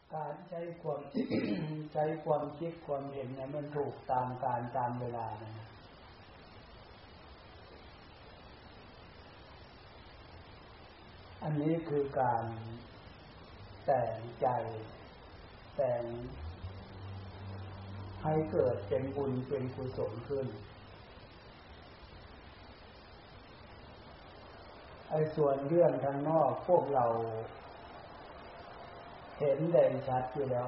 การใช้ความ ใช้ความคิดความเห็นเนี่ยมันถูกตามกาลตามเวลานะอันนี้คือการแต่งใจแต่งให้เกิดเป็นบุญเป็นกุศลขึ้นไอ้ส่วนเรื่องทางนอกพวกเราเห็นได้ชัดอยู่แล้ว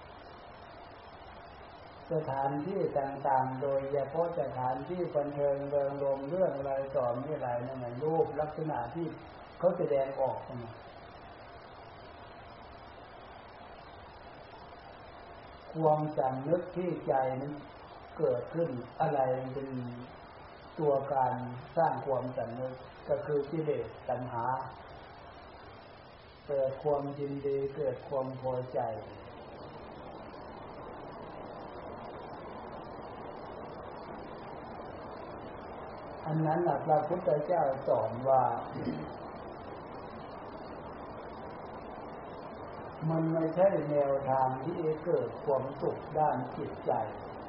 สถานที่ต่างๆโดยเฉพาะสถานที่บันเทิงเริงรมย์เรื่องอะไรต่อมีอะไรนั่นน่ะรูปลักษณะที่เขาแสดงออกนะความจำนึกที่ใจนั้นเกิดขึ้นอะไรเป็นตัวการสร้างความจำนึกก็คือกิเลสตัณหาเกิดความยินดีเกิดความพอใจอันนั้นพระพุทธเจ้าสอนว่ามันไม่ใช่แนวทางที่จะเกิดความสุขด้านจิตใจ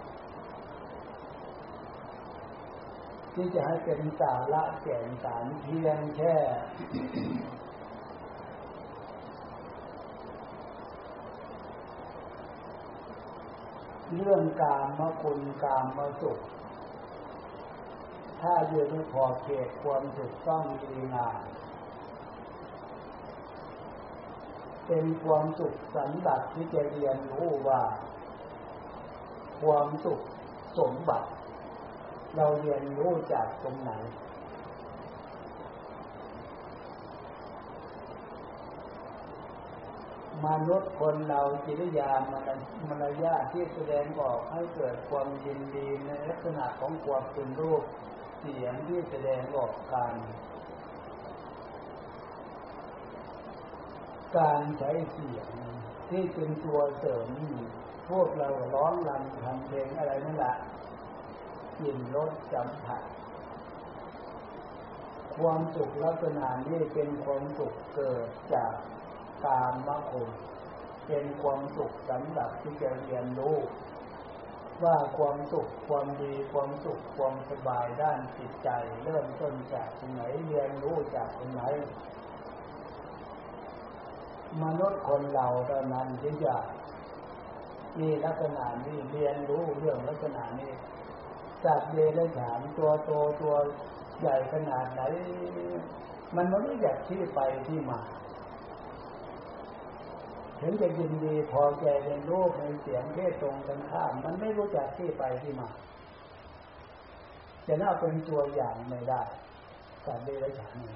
ที่จะให้เป็นสาระแก่นสารเพียงแค่เรื่องกามคุณกามสุขถ้าอยู่ในขอบเขตความถูกต้องดีงามเป็นความสุขสำหรับที่จะเรียนรู้ว่าความสุขสมบัติเราเรียนรู้จากตรงไหนมนุษย์คนเรากิริยามารยาทที่แสดงออกให้เกิดความยินดีในลักษณะของความเป็นรูปเสียงที่แสดงออกการใช้เสียงที่เป็นตัวเสริมพวกเราร้องรำทำเพลงอะไรนั่นแหละกลิ่นรสสัมผัสความสุขลักษณะนี้เป็นความสุขเกิดจากกามคุณเป็นความสุขสำหรับที่จะเรียนรู้ว่าความสุขความดีความสุขความสบายด้านจิตใจเริ่มต้นจากตรงไหนเรียนรู้จากตรงไหนมนุษย์คนเราเท่านั้นที่จะมีลักษณะนี้เรียนรู้เรื่องลักษณะนี้สัตว์เดรัจฉานตัวโตตัวใหญ่ขนาดไหนมันไม่รู้จักที่ไปที่มาถึงจะยินดีพอใจในรูปในเสียงที่ตรงกันข้ามมันไม่รู้จักที่ไปที่มาจะน่าเป็นตัวอย่างไม่ได้สัตว์เดรัจฉานนี่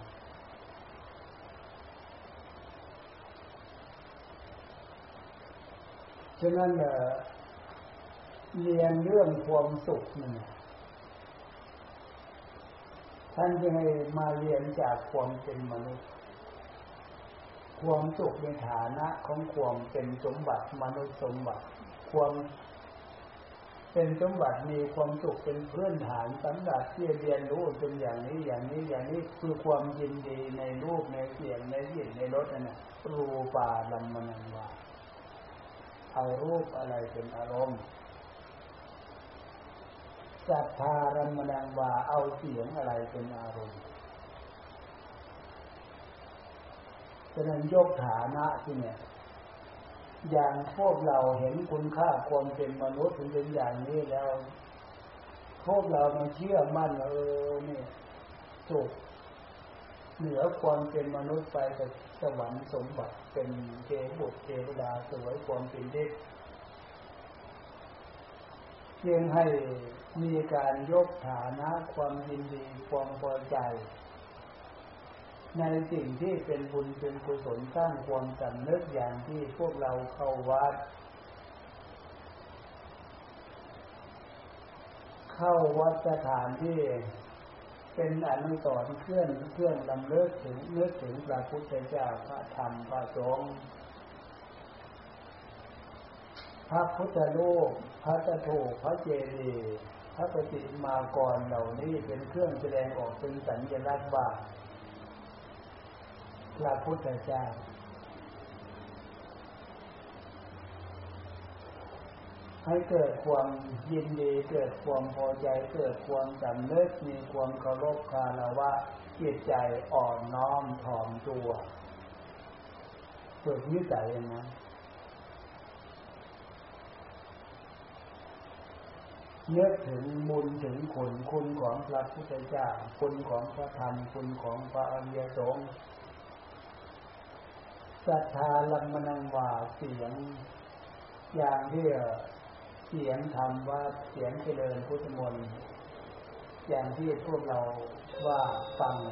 ฉะนั้นเรียนเรื่องความสุขนี่ท่านจึงให้มาเรียนจากความเป็นมนุษย์ความสุขในฐานะของความเป็นสมบัติมนุษย์สมบัติความเป็นสมบัติมีความสุขเป็นพื้นฐานสำหรับที่เรียนรู้เป็นอย่างนี้อย่างนี้อย่างนี้คือความยินดีในรูปในเสียงในกลิ่นในรสนั่นน่ะรูปาลัมมนังวาเอารูปอะไรเป็นอารมณ์สัทธารัมมนังวาเอาเสียงอะไรเป็นอารมณ์ฉะนั้นยกฐานะที่เนี่ยอย่างพวกเราเห็นคุณค่าความเป็นมนุษย์เป็นอย่างนี้แล้วพวกเรามาเชื่อมั่นนี่สุขเหนือความเป็นมนุษย์ไปกับสวรรค์สมบัติเป็นเทพบุตรเทวดาสวยความเป็นเด็กเพียงให้มีการยกฐานะความยินดีความพอใจในสิ่งที่เป็นบุญเป็นกุศลสร้างความสำนึกอย่างที่พวกเราเข้าวัดสถานที่เป็นอนุสรณ์เคลื่อนลำเลิกถึงนึกถึงพระพุทธเจ้าพระธรรมพระสงฆ์พระพุทธรูปพระตถาพระเจดีย์พระปฏิมากรเหล่านี้เป็นเครื่องแสดงออกเป็นสัญลักษณ์ว่าพระพุทธเจ้าให้เกิดความยินดีเกิดความพอใจเกิดความสำนึกมีความเคารพคารวะจิตใจอ่อนน้อมถ่อมตัวฝึกนิสัยนะนึกถึงบุญถึงคุณของพระพุทธเจ้าคุณของพระธรรมคุณของพระอริยสงฆ์ศรัทธาลัมมนังวาเสียงอย่างที่เสียงธรรมว่าเสียงเจริญพุทธมนต์อย่างที่พวกเราว่าฟัง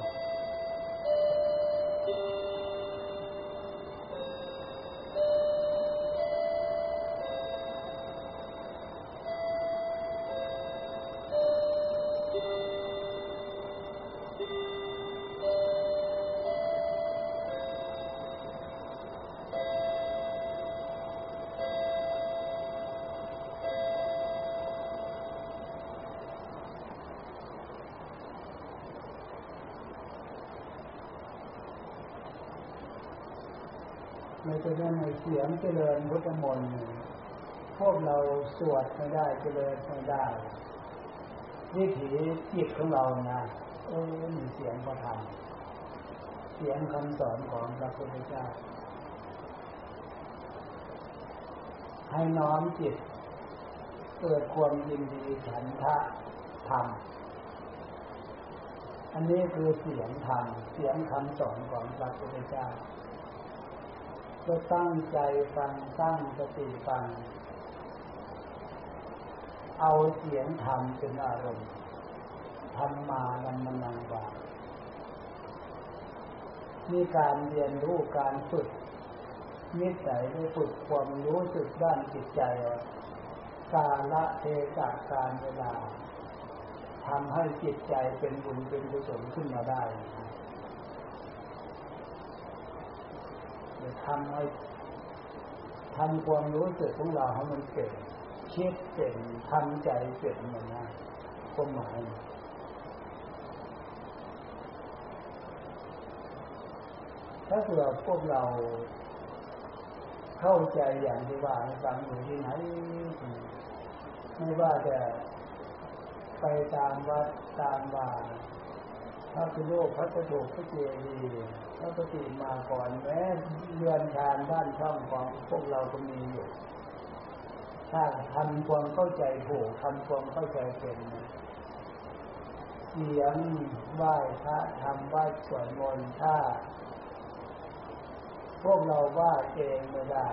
เราจะได้ในเสียงเจริญพุทธมนต์พวกเราสวดไม่ได้เจริญไม่ได้วิถีจิตของเรานะมีเสียงพระธรรมเสียงคำสอนของพระพุทธเจ้าให้น้อมจิตเกิดความยินดีฉันทะธรรมอันนี้คือเสียงธรรมเสียงคำสอนของพระพุทธเจ้าก็ตั้งใจฟังตั้งสติฟังเอาเสียงธรรมเป็นอารมณ์ธรรมานัมมนังวามีการเรียนรู้การฝึกนิสัยได้ฝึกความรู้สึกด้านจิตใจกาลเทศะการเวลาทำให้จิตใจเป็นบุญเป็นกุศลขึ้นมาได้ทำความรู้สึกของเราให้มันเป็นคิดเป็นทำใจเป็นอย่างนั้นความหมายถ้าเกิดพวกเราเข้าใจอย่างที่ว่าฟังอยู่ที่ไหนไม่ว่าจะไปตามวัดตามว่าพระพุทธรูปพระถูกพระเจดีย์พระปฏิมาก่อนแม้เรือนชานบ้านช่องของพวกเราก็มีอยู่ถ้าทำความเข้าใจถูกทำความเข้าใจเป็นเสียงไหว้พระทำไหว้สวดมนต์ถ้าพวกเราไหว้เองไม่ได้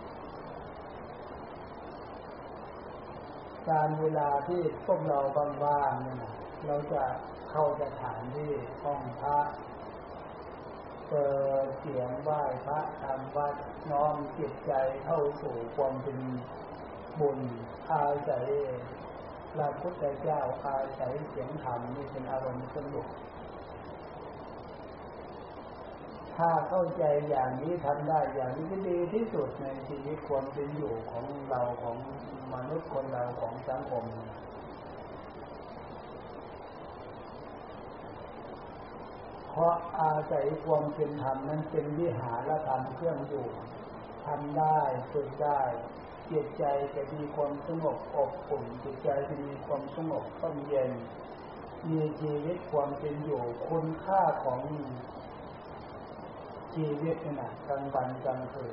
การเวลาที่พวกเราว่างๆเนี่ยเราจะเข้าสถานที่ห้องพระเปิดเสียงไหว้พระทำวัดน้อมจิตใจเข้าสู่ความเป็นบุญอาศัยพระพุทธเจ้าอาศัยเสียงธรรมนี่เป็นอารมณ์สนุกถ้าเข้าใจอย่างนี้ทำได้อย่างนี้ก็ดีที่สุดในชีวิตความเป็นอยู่ของเราของมนุษย์คนเราของสังคมเพราะอาศัยความเป็นธรรมนั้นเป็นวิหารธรรมเครื่องอยู่ทำได้ฝึกได้จิตใจจะมีความสงบอบอุ่นจิตใจจะมีความสงบร่มเย็นมีชีวิตความเป็นอยู่คุณค่าของชีวิตนะกลางวันกลางคืน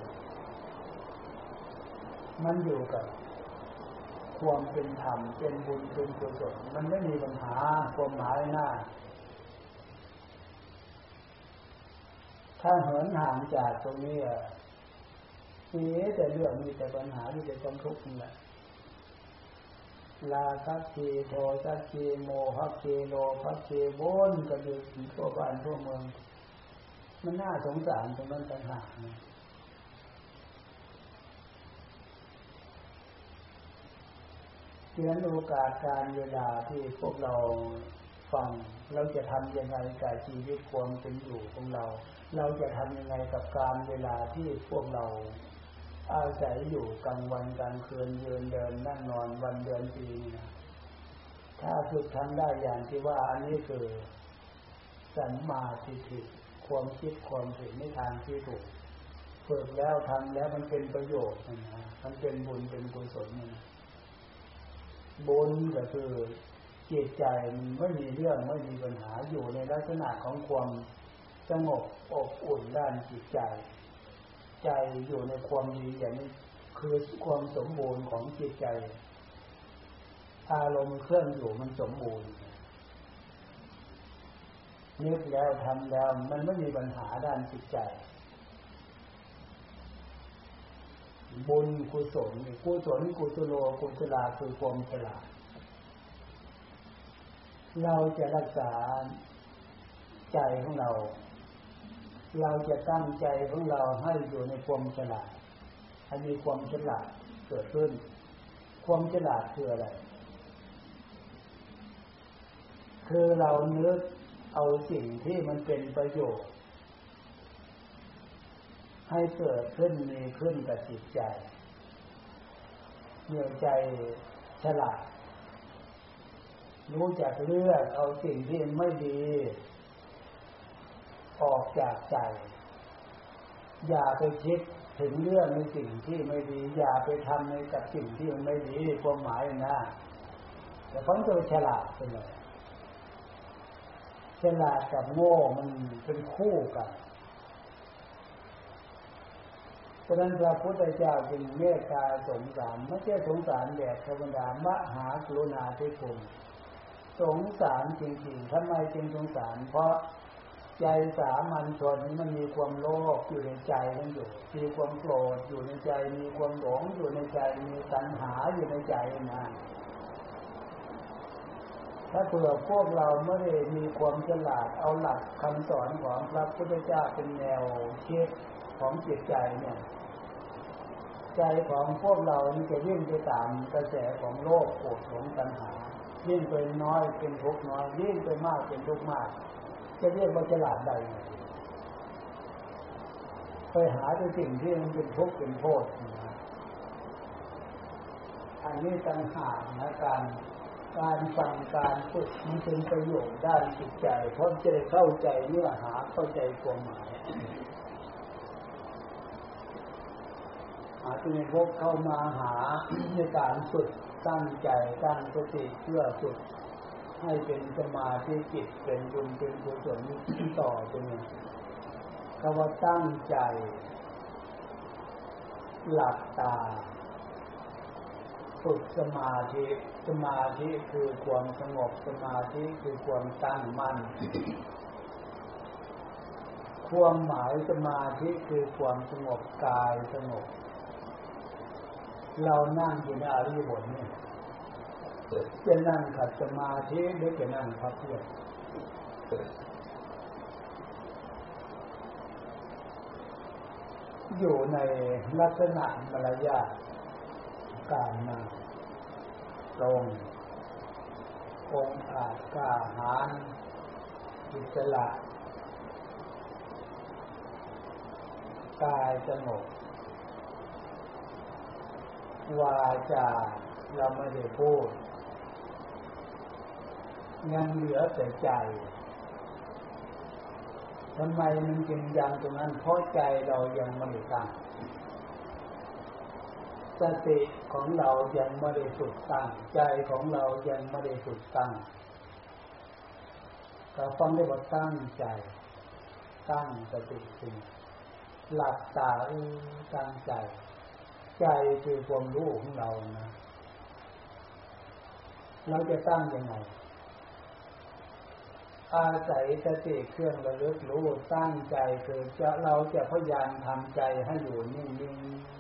มันอยู่กับความเป็นธรรมเป็นบุญเป็นกุศลมันไม่มีปัญหาความหมายหน้าถ้าเหินห่างจากตรงนี้มีแต่เรื่องมีแต่ปัญหามีแต่ความทุกข์นี่แหละราคะกีโทสะกีโมหะกีโลภะกีวนกันอยู่ทั่วบ้านทั่วเมืองมันน่าสงสารตรงนั้นต่างหากฉะนั้นโอกาสการเวลาที่พวกเราฟังเราจะทำยังไงกับชีวิตความเป็นอยู่ของเราเราจะทำยังไงกับการเวลาที่พวกเราอาศัยอยู่กลางวันกลางคืนยืนเดินนั่งนอนวันเดือนปีนะถ้าฝึกทำได้อย่างที่ว่าอันนี้คือสัมมาทิฏฐิความคิดความเห็นในทางที่ถูกฝึกแล้วทำแล้วมันเป็นประโยชน์นะมันเป็นบุญเป็นกุศลนะบนก็คือจิตใจมันไม่มีเรื่องไม่มีปัญหาอยู่ในลักษณะของความสงบอบอุ่นด้านจิตใจใจอยู่ในความดีอย่างนี้คือความสมบูรณ์ของจิตใจอารมณ์เครื่องอยู่มันสมบูรณ์นึกแล้วทำแล้วมันไม่มีปัญหาด้านจิตใจบุญกุศลกุศลกุศโลกุศลาคือความฉลาดเราจะรักษาใจของเราจะตั้งใจของเราให้อยู่ในความฉลาดให้มีความฉลาดเกิดขึ้นความฉลาดคืออะไรคือเรานึกเอาสิ่งที่มันเป็นประโยชน์ให้เกิดขึ้นมีขึ้นกับจิตใจเมื่อใจฉลาดรู้จักเลือกเอาสิ่งที่ไม่ดีออกจากใจอย่าไปคิดถึงเรื่องในสิ่งที่ไม่ดีอย่าไปทำในกับสิ่งที่มันไม่ดีความหมายนะแต่คนตัวฉลาดเป็นไงฉลาดกับโง่มันเป็นคู่กันฉะนั้นพระพุทธเจ้าจึงเมตตาสงสารไม่ใช่สงสารแบบธรรมดามหากรุณาธิคุณสงสารจริงๆทำไมจึงสงสารเพราะใจสามัญชนมันมีความโลภอยู่ในใจมันอยู่มีความโกรธอยู่ในใจมีความหลงอยู่ในใจมีตัณหาอยู่ในใจนะถ้าเผื่อพวกเราไม่ได้มีความฉลาดเอาหลักคำสอนของพระพุทธเจ้าเป็นแนวคิดของจิตใจเนี่ยใจของพวกเรานี่จะวิ่งไปตามกระแสของโลภโกรธหลงตัณหายิ่งไปน้อยเป็นทุกข์น้อยยิ่งไปมากเป็นทุกข์มากจะเรียกว่าฉลาดใดไปหาแต่สิ่งที่มันเป็นทุกข์เป็นโทษอันนี้ต่างหากนะการฟังการฝึกมันเป็นประโยชน์ด้านจิตใจเพราะจะได้เข้าใจเนื้อหาเข้าใจความหมายจึงพบเข้ามาหาในการฝึกตั้งใจตั้งสติเพื่อฝึกให้เป็นสมาธิจิตเป็นบุญเป็นกุศลต่อไปนี้คำว่าตั้งใจหลับตาฝึกสมาธิคือความสงบสมาธิคือความตั้งมั่นความหมายสมาธิคือความสงบกายสงบเรานั่งอยู่ในอริยบทเนี่ยจะนั่งขัดสมาธิหรือจะนั่งพักเพียรอยู่ในลักษณะมารยาทการนั่งตรงองค์อาจกล้าหาญอิสระกายสงบวาจาเราไม่ได้พูดยังเหลือแต่ใจทำไมมันจึงยังตรงนั้นเพราะใจเรายังไม่ได้ตั้งสติของเรายังไม่ได้ฝึกตั้งใจของเรายังไม่ได้ฝึกตั้งเราฟังได้ว่าตั้งใจตั้งสติขึ้นหลับตาตั้งใจใจคือความรู้ของเรานะเราจะตั้งยังไงอาศัยสติเครื่องระลึกรู้ตั้งใจคือเราจะพยายามทำใจให้อยู่นิ่ง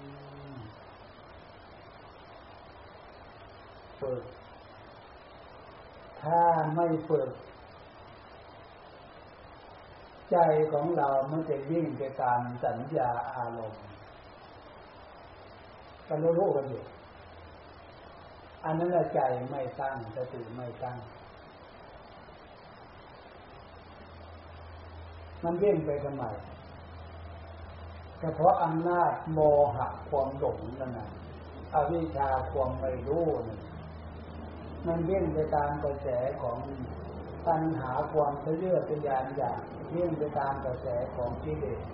ๆฝึกถ้าไม่ฝึกใจของเรามันจะวิ่งไปตามสัญญาอารมณ์ก็รู้กันอยู่อันนั้นใจไม่ตั้งสติไม่ตั้งมันวิ่งไปทำไมก็เพราะอำนาจโมหะความหลงนั่นน่ะอวิชชาความไม่รู้นี่มันวิ่งไปตามกระแสของตัณหาความทะเยอทะยานอยากวิ่งไปตามกระแสของกิเลส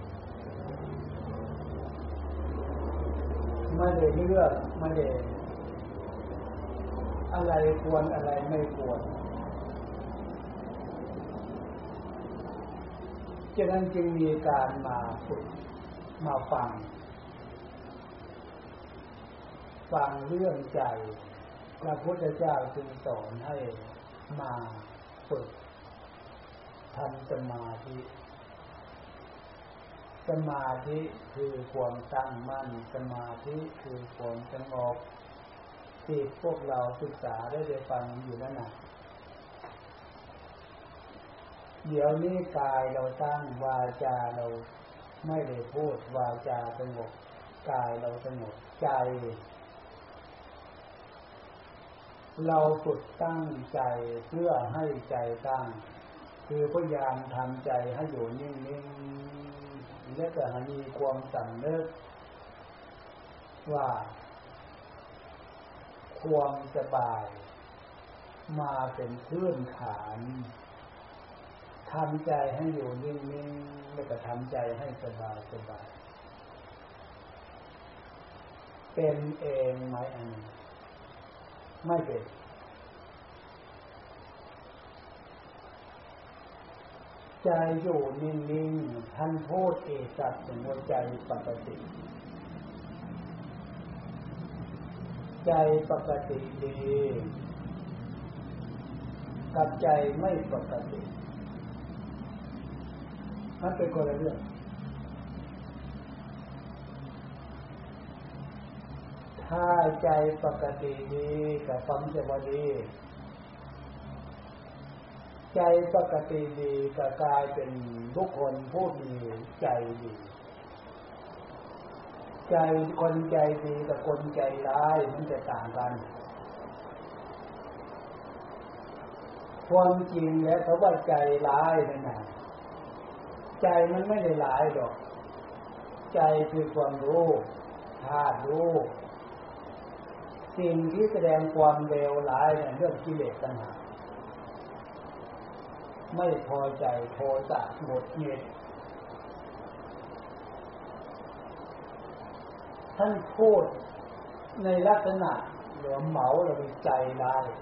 ไม่ได้เลือกไม่ได้อะไรควรอะไรไม่ควรฉะนั้นจึงมีการมาฝึกมาฟังเรื่องใจพระพุทธเจ้าจึงสอนให้มาฝึกทำสมาธิคือความตั้งมั่นสมาธิคือความสงบที่พวกเราศึกษาได้ฟังอยู่นั่นน่ะเดี๋ยวนี้กายเราตั้งวาจาเราไม่ได้พูดวาจาสงบกายเราสงบใจเราฝึกตั้งใจเพื่อให้ใจตั้งคือพยายามทำใจให้อยู่นิ่งๆและก็มีความสำนึกว่าความสบายมาเป็นพื้นฐานทำใจให้อยู่นิ่งๆแล้วก็ทำใจให้สบายเป็นเองไหมอันนี้ไม่เป็นใจอยู่นิ่งๆท่านพูดเอกัสเป็นหัวใจปกติใจปกติดีกับใจไม่ปกติมันเป็นคนละเรื่องถ้าใจปกติดีกับความใจดีใจปกติดีก็กลายเป็นบุคคลผู้มีใจดีใจคนใจดีกับคนใจร้ายมันจะต่างกันความจริงแล้วเขาว่าใจร้ายนั่นน่ะใจมันไม่ได้ร้ายหรอกใจคือความรู้ธาตุรู้สิ่งที่แสดงความเลวร้ายเนี่ยเรื่องกิเลสต่างหากไม่พอใจโทสะหงุดหงิดท่านพูดในลักษณะเหลือเหมาเราเป็นใจร้าย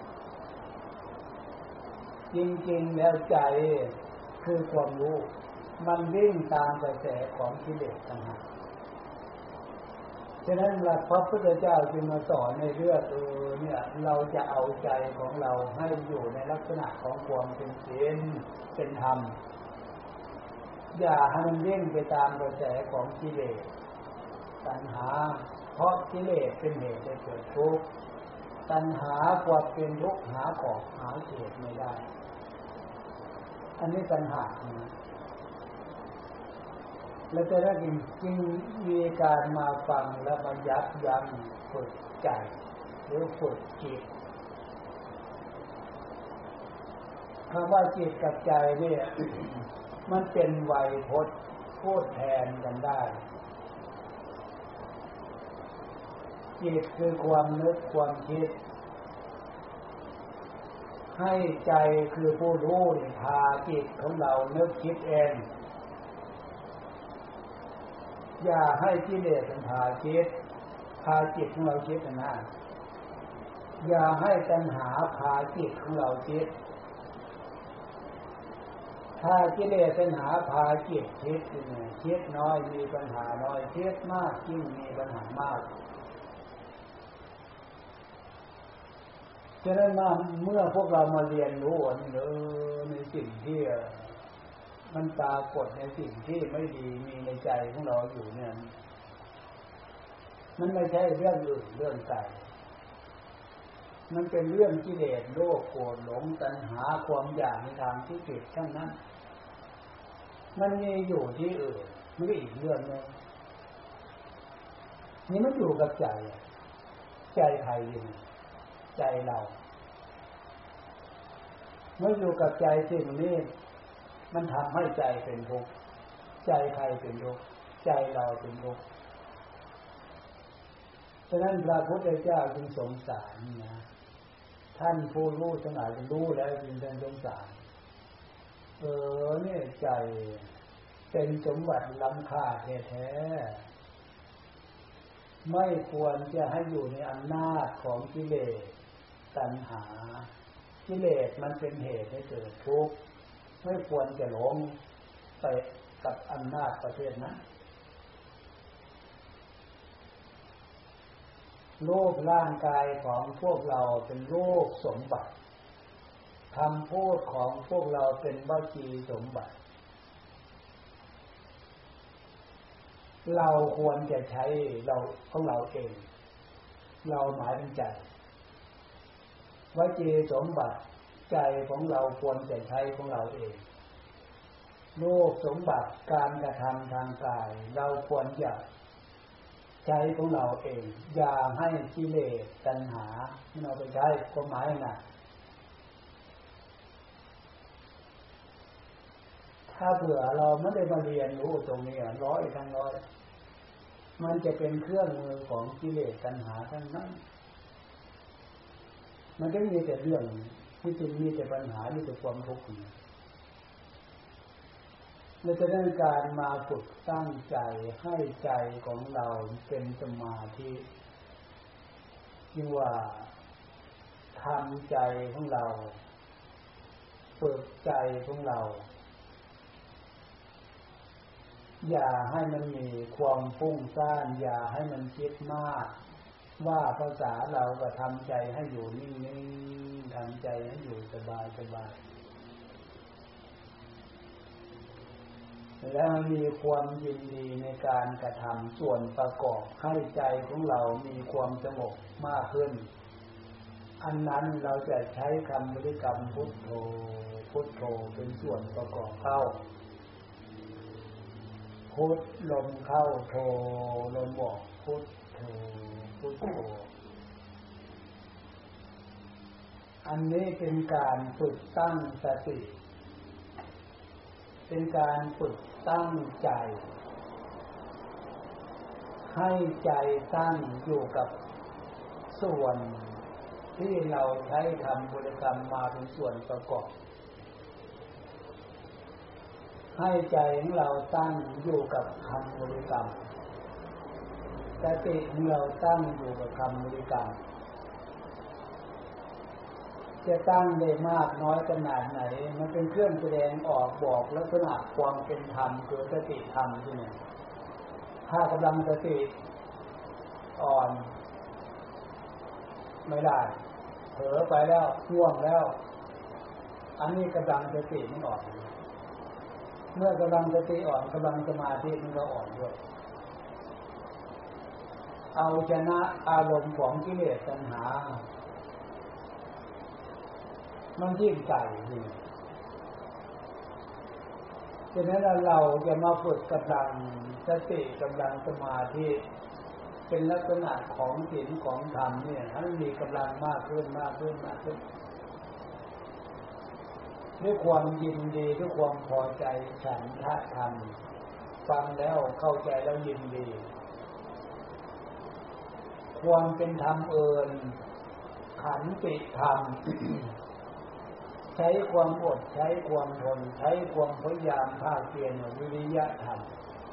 จริงๆแล้วใจคือความรู้มันวิ่งตามกระแสของกิเลสต่างหากฉะนั้นพระพุทธเจ้าจึงมาสอนในเรื่องเนี่ยเราจะเอาใจของเราให้อยู่ในลักษณะของความเป็นศีลเป็นธรรมอย่าให้มันวิ่งไปตามกระแสของกิเลสตัณหาเพราะกิเลสเป็นเหตุให้เกิดทุกข์ตัณหาความเป็นทุกข์หาขอบหาเหตุไม่ได้อันนี้ตัณหาแล้วจะได้จึงมีการมาฟังและมายับยั้งฝึกใจหรือฝึกจิตคำว่าจิตกับใจเนี่ย มันเป็นไวยพจน์พูดแทนกันได้จิตคือความนึกความคิดให้ใจคือผู้รู้พาจิตของเรานึกคิดเองอย่าให้กิเลสมันพาจิตของเราคิดนะอย่าให้ตัณหาพาจิตของเราคิดถ้ากิเลสตัณหาพาจิตคิดเนี่ยคิดน้อยมีปัญหาน้อยคิดมากยิ่งมีปัญหามากฉะนั้นเมื่อพวกเรามาเรียนรู้ในสิ่งที่มันปรากฏในสิ่งที่ไม่ดีมีในใจของเราอยู่เนี่ยมันไม่ใช่เรื่องอื่นเรื่องไกลมันเป็นเรื่องกิเลสโลภโกรธหลงตัณหาความอยากในทางที่ผิดทั้งนั้นมันมีอยู่ที่อื่นมันก็อีกเรื่องนึงนี่มันอยู่กับใจใครอยู่ใจเราเมื่ออยู่กับใจสิ่งนี้มันทำให้ใจเป็นทุกข์ใจใครเป็นทุกข์ใจเราเป็นทุกข์ฉะนั้นพระพุทธเจ้าจึงสงสารนะท่านผู้รู้ทั้งหลายรู้แล้วจึงท่านสงสารเนี่ยใจเป็นสมบัติล้ำค่าแท้ๆไม่ควรจะให้อยู่ในอำนาจของกิเลสตัณหากิเลสมันเป็นเหตุให้เกิดทุกข์ไม่ควรจะหลงไปกับอำนาจประเภทนั้นรูปร่างกายของพวกเราเป็นรูปสมบัติคำพูดของพวกเราเป็นวจีสมบัติเราควรจะใช้เราของเราเองเราหมายถึงใจวจีสมบัติใจของเราควรจะใช้ของเราเองรูปสมบัติการกระทำทางกายเราควรจะใช้ของเราเองอย่าให้กิเลสตัณหาเราไปใช้ความหมายน่ะถ้าเผื่อเราไม่ได้มาเรียนรู้ตรงนี้ร้อยทั้งร้อยมันจะเป็นเครื่องมือของกิเลสตัณหาทั้งนั้นมันก็มีแต่เรื่องที่จะมีแต่ปัญหามีแต่ความทุกข์เราจะได้การมาฝึกตั้งใจให้ใจของเราเป็นสมาธิที่ว่าทำใจของเราฝึกใจของเราอย่าให้มันมีความฟุ้งซ่านอย่าให้มันคิดมากว่าภาษาเราก็ทำใจให้อยู่นิ่งๆทำใจให้อยู่สบายแล้วมีความยินดีในการกระทำส่วนประกอบให้ใจของเรามีความสงบมากขึ้นอันนั้นเราจะใช้คำบริกรรมพุทโธพุทโธเป็นส่วนประกอบเข้าพุทลมเข้าโธลมออกพุทโธพุทโธอันนี้เป็นการฝึกตั้งสติเป็นการฝึกตั้งใจให้ใจตั้งอยู่กับส่วนที่เราใช้ทำบริกรรมมาเป็นส่วนประกอบให้ใจของเราตั้งอยู่กับคำบริกรรมสติของเราตั้งอยู่กับคำบริกรรมจะตั้งได้มากน้อยขนาดไหนมันเป็นเครื่องแสดงออกบอกลักษณะความเป็นธรรมคือสติธรรมที่นี่ถ้ากำลังสติอ่อนไม่ได้เผลอไปแล้วง่วงแล้วอันนี้กำลังสติไม่อ่อนเมื่อกำลังสติอ่อนกำลังสมาธิมันก็อ่อนด้วยเอาชนะอารมณ์ของกิเลสตัณหามันยิ่งใหญ่ดีฉะนั้นเราจะมาฝึกกำลังสติกำลังสมาธิเป็นลักษณะของศีลของธรรมเนี่ยให้มันมีกำลังมากขึ้นด้วยความยินดีด้วยความพอใจฉันทะธรรมฟังแล้วเข้าใจแล้วยินดีความเป็นธรรมเอิญขันติธรรม ใช้ความอดใช้ความทนใช้ความพยายามภาคเพียรวิริยะธรรม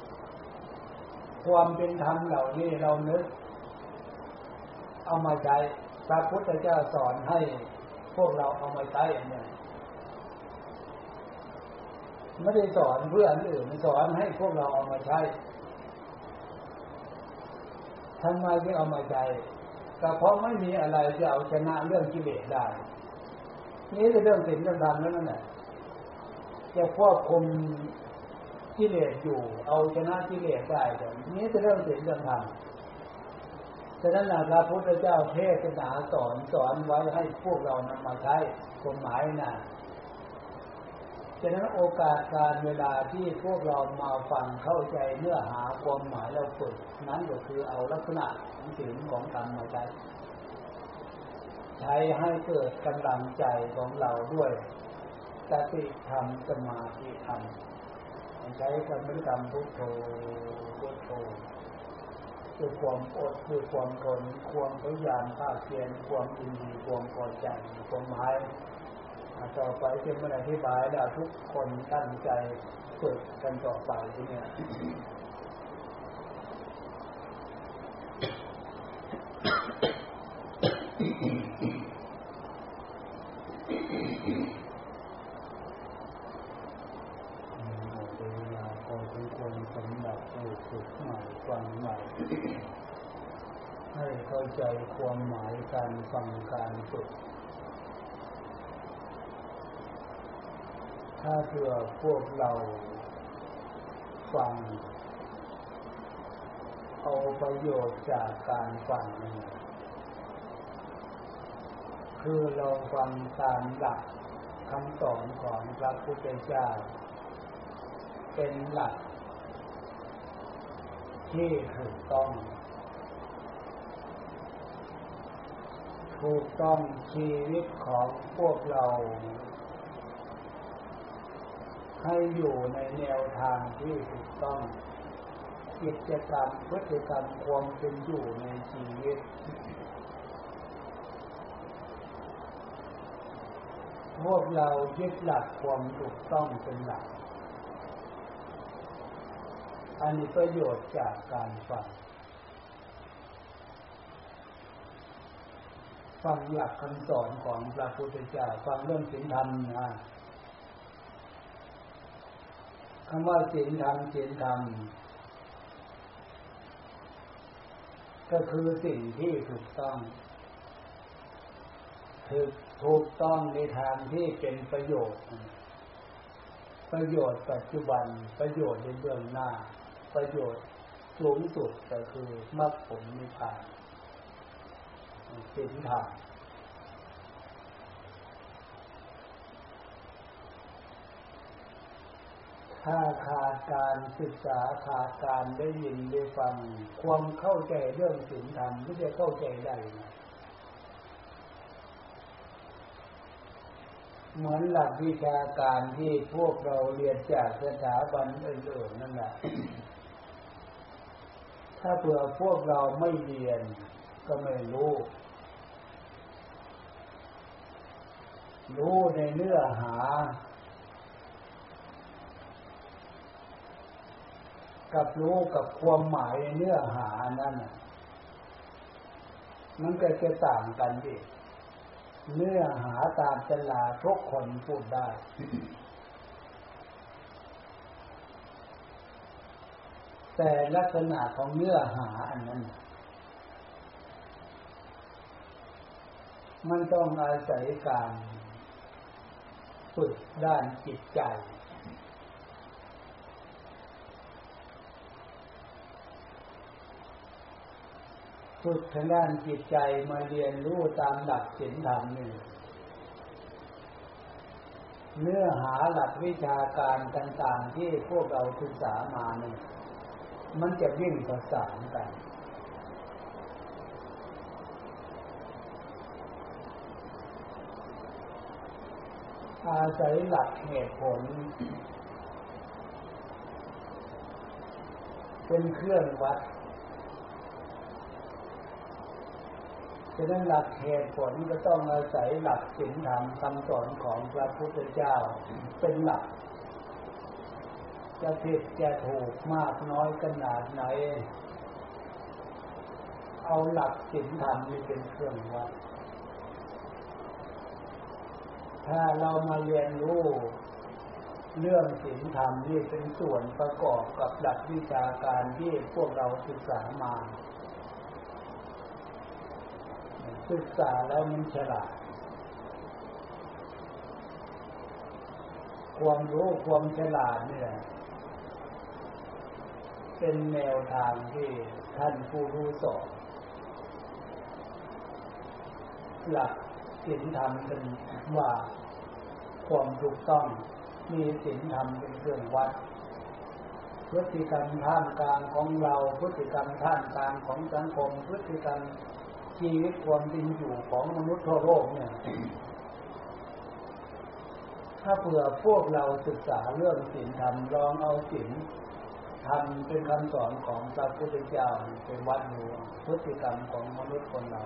ความเป็นธรรมเหล่านี้เรานึกเอามาใช้พระพุทธเจ้าสอนให้พวกเราเอามาใช้เนี่ยไม่ได้สอนเพื่ออันอื่นสอนให้พวกเราเอามาใช้ทำไมไม่เอามาใช้ก็เพราะไม่มีอะไรจะเอาชนะเรื่องกิเลสได้นี่เป็นเรื่องศีลเรื่องธรรมนั่นแหละจะควบคุมกิเลสอยู่เอาชนะกิเลสได้แต่นี้เป็นเรื่องศีลเรื่องธรรมฉะนั้นพระพุทธเจ้าเทศนาสอนไว้ให้พวกเรานำมาใช้กฎหมายน่ะฉะนั้นโอกาสการเวลาที่พวกเรามาฟังเข้าใจเนื้อหาความหมายเราฝึกนั้นก็คือเอาลักษณะของศีลของธรรมมาใช้ให้เกิดกำลังใจของเราด้วยสติธรรมสมาธิธรรมใช้คำบริกรรมพุทโธพุทโธด้วยความอดด้วยความทนความพยายามภาคเพียรความยินดีความพอใจความหมายต่อไปจะมาอธิบายแล้วทุกคนตั้งใจฝึกกันต่อไปที่นี่ให้เข้าใจความหมายการฟังการฝึกถ้าเผื่อพวกเราฟังเอาประโยชน์จากการฟังนี่คือเราฟังตามหลักคำสอนของพระพุทธเจ้าเป็นหลักที่ถูกต้องชีวิตของพวกเราให้อยู่ในแนวทางที่ถูกต้องกิจกรรมพฤติกรรมความเป็นอยู่ในชีวิตพวกเรายึดหลักความถูกต้องเป็นหลักอันนี้ประโยชน์จากการฟังหลักคำสอนของพระพุทธเจ้าฟังเรื่องศีลธรรมนะคำว่าศีลธรรมก็คือสิ่งที่ถูกต้องในทางที่เป็นประโยชน์ปัจจุบันประโยชน์ในเบื้องหน้าประโยชน์สูงสุดก็คือมรรคผลนิพพานศีลธรรมถ้าขาดการศึกษาขาดการได้ยินได้ฟังความเข้าใจเรื่องศีลธรรมไม่ได้เข้าใจได้นะเหมือนหลักวิชาการที่พวกเราเรียนจากสถาบันอื่นๆนั่นแหละถ้าเผื่อพวกเราไม่เรียนก็ไม่รู้ในเนื้อหากับรู้กับความหมายในเนื้อหานั่นมันก็จะต่างกันดิเนื้อหาตามตลาดทุกคนพูดได้แต่ลักษณะของเนื้อหาอันนั้นมันต้องอาศัยการฝึกด้านจิตใจฝึกทางด้านจิตใจมาเรียนรู้ตามหลักศีลธรรมนี่เนื้อหาหลักวิชาการต่างๆที่พวกเราศึกษามานี่มันจะวิ่งประสานกันอาศัยหลักเหตุผลเป็นเครื่องวัดฉะนั้นหลักเหตุผลก็ต้องอาศัยหลักศีลธรรมคำสอนของพระพุทธเจ้าเป็นหลักจะผิดจะถูกมากน้อยขนาดไหนเอาหลักศีลธรรมนี่เป็นเครื่องวัดถ้าเรามาเรียนรู้เรื่องศีลธรรมนี่เป็นส่วนประกอบกับหลักวิชาการที่พวกเราศึกษามาศึกษาแล้วมันฉลาดความรู้ความฉลาดนี่แหละเป็นแนวทางที่ท่านผู้รู้สอนหลักศีลธรรมเป็นว่าความถูกต้องมีศีลธรรมเป็นเครื่องวัดพฤติกรรมท่ามกลางของเราพฤติกรรมท่ามกลางของสังคมพฤติกรรมชีวิตความเป็นอยู่ของมนุษย์ทั่วโลกเนี่ยถ้าเผื่อพวกเราศึกษาเรื่องศีลธรรมลองเอาศีลธรรมเป็นคำสอนของพระพุทธเจ้าเป็นวัดดูพฤติกรรมของมนุษย์คนเรา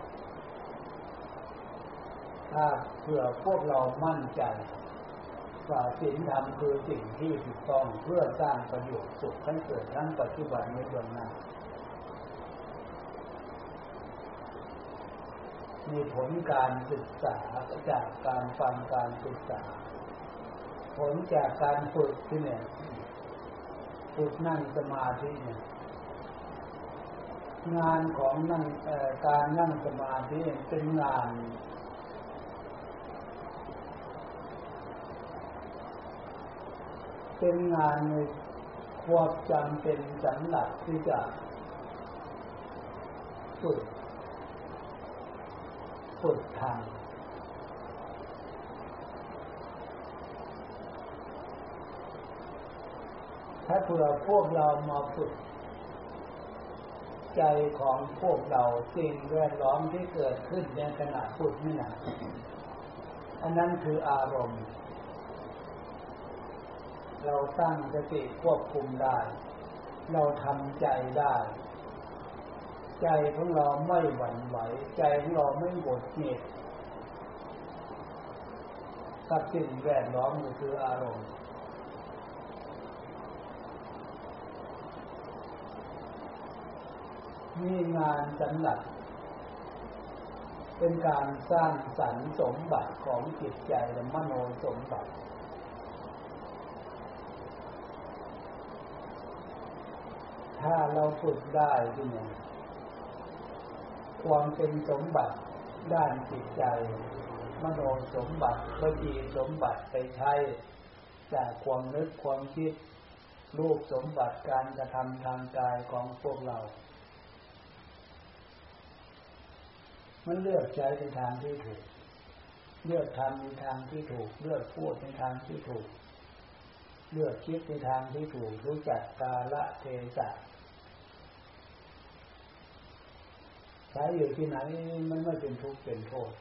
ถ้าเผื่อพวกเรามั่นใจว่าศีลธรรมคือสิ่งที่ถูกต้องเพื่อสร้างประโยชน์สุขทั้งเกิดทั้งปัจจุบันในเบื้องหน้ามีผลการศึกษาจากการฟังการศึกษาผลจากการฝึกที่เนี่ยฝึกนั่งสมาธิเนี่ยงานของการนั่งสมาธิเป็นงานในความจำเป็นสำหรับที่จะฝึกทำถ้าพวกเรามาฝึกใจของพวกเราสิ่งแวดล้อมที่เกิดขึ้นในขณะฝึกนี่นะอันนั้นคืออารมณ์เราตั้งสติควบคุมได้เราทำใจได้ใจของเราไม่หวั่นไหวใจของเราไม่หงุดหงิดกับสิ่งแวดล้อมก็คืออารมณ์มีงานสำหรับเป็นการสร้างสรรค์สมบัติของจิตใจและมโนสมบัติถ้าเราฝึกได้ที่นี่ความเป็นสมบัติด้านจิตใจมโนสมบัติก็ดีสมบัติไปใช้จากความนึกความคิดรูปสมบัติการกระทำทางกายของพวกเรามันเลือกใช้ในทางที่ถูกเลือกทำในทางที่ถูกเลือกพูดในทางที่ถูกเลือกคิดในทางที่ถูกรู้จักกาลเทศะใช้อยู่ที่ไหนมันไม่เป็นทุกข์เป็นโทษ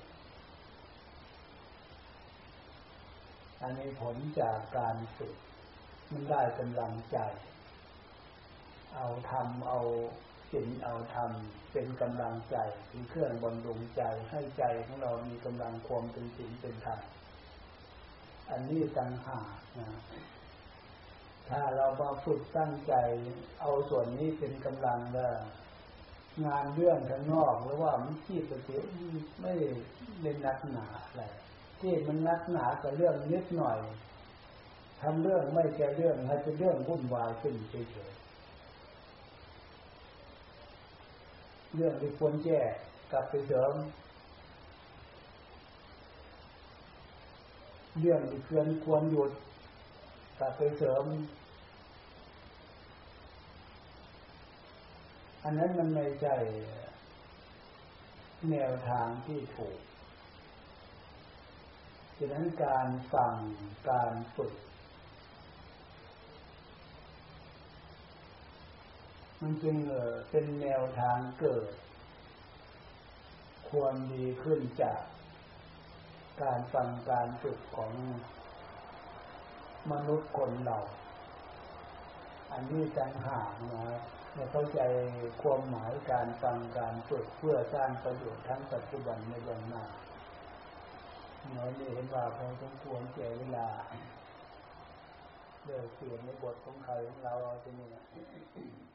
อันนี้ผลจากการฝึกมันได้กำลังใจเอาธรรมเอาศีลเอาธรรมเป็นกำลังใจเป็นเครื่องบำรุงใจให้ใจของเรามีกำลังความเป็นศีลเป็นธรรมอันนี้ต่างหากนะถ้าเรามาฝึกตั้งใจเอาส่วนนี้เป็นกำลังแล้วงานเรื่องข้างนอกหรือว่ามันขี้ไปเสียไม่เล่นนักหนาอะไรที่มันนักหนากับเรื่องนิดหน่อยทำเรื่องไม่แก้เรื่องให้เป็นเรื่องวุ่นวายขึ้นเฉยๆเรื่องที่ควรแก้กลับไปเสริมเรื่องที่ควรหยุดกลับไปเสริมอันนั้นมันไม่ใช่แนวทางที่ถูกฉะนั้นการฟังการฝึกมันจึงเป็นแนวทางเกิดความดีขึ้นจากการฟังการฝึกของมนุษย์คนเราอันนี้ต่างหากนะไม่เข้าใจความหมายการฟังการฝึกเพื่อสร้างประโยชน์ทั้งปัจจุบันในเบื้องหน้าน้อยนี่เห็นว่าพอสมควรแก่เวลาเลิกเสียงในบทของใครของเราจะนี่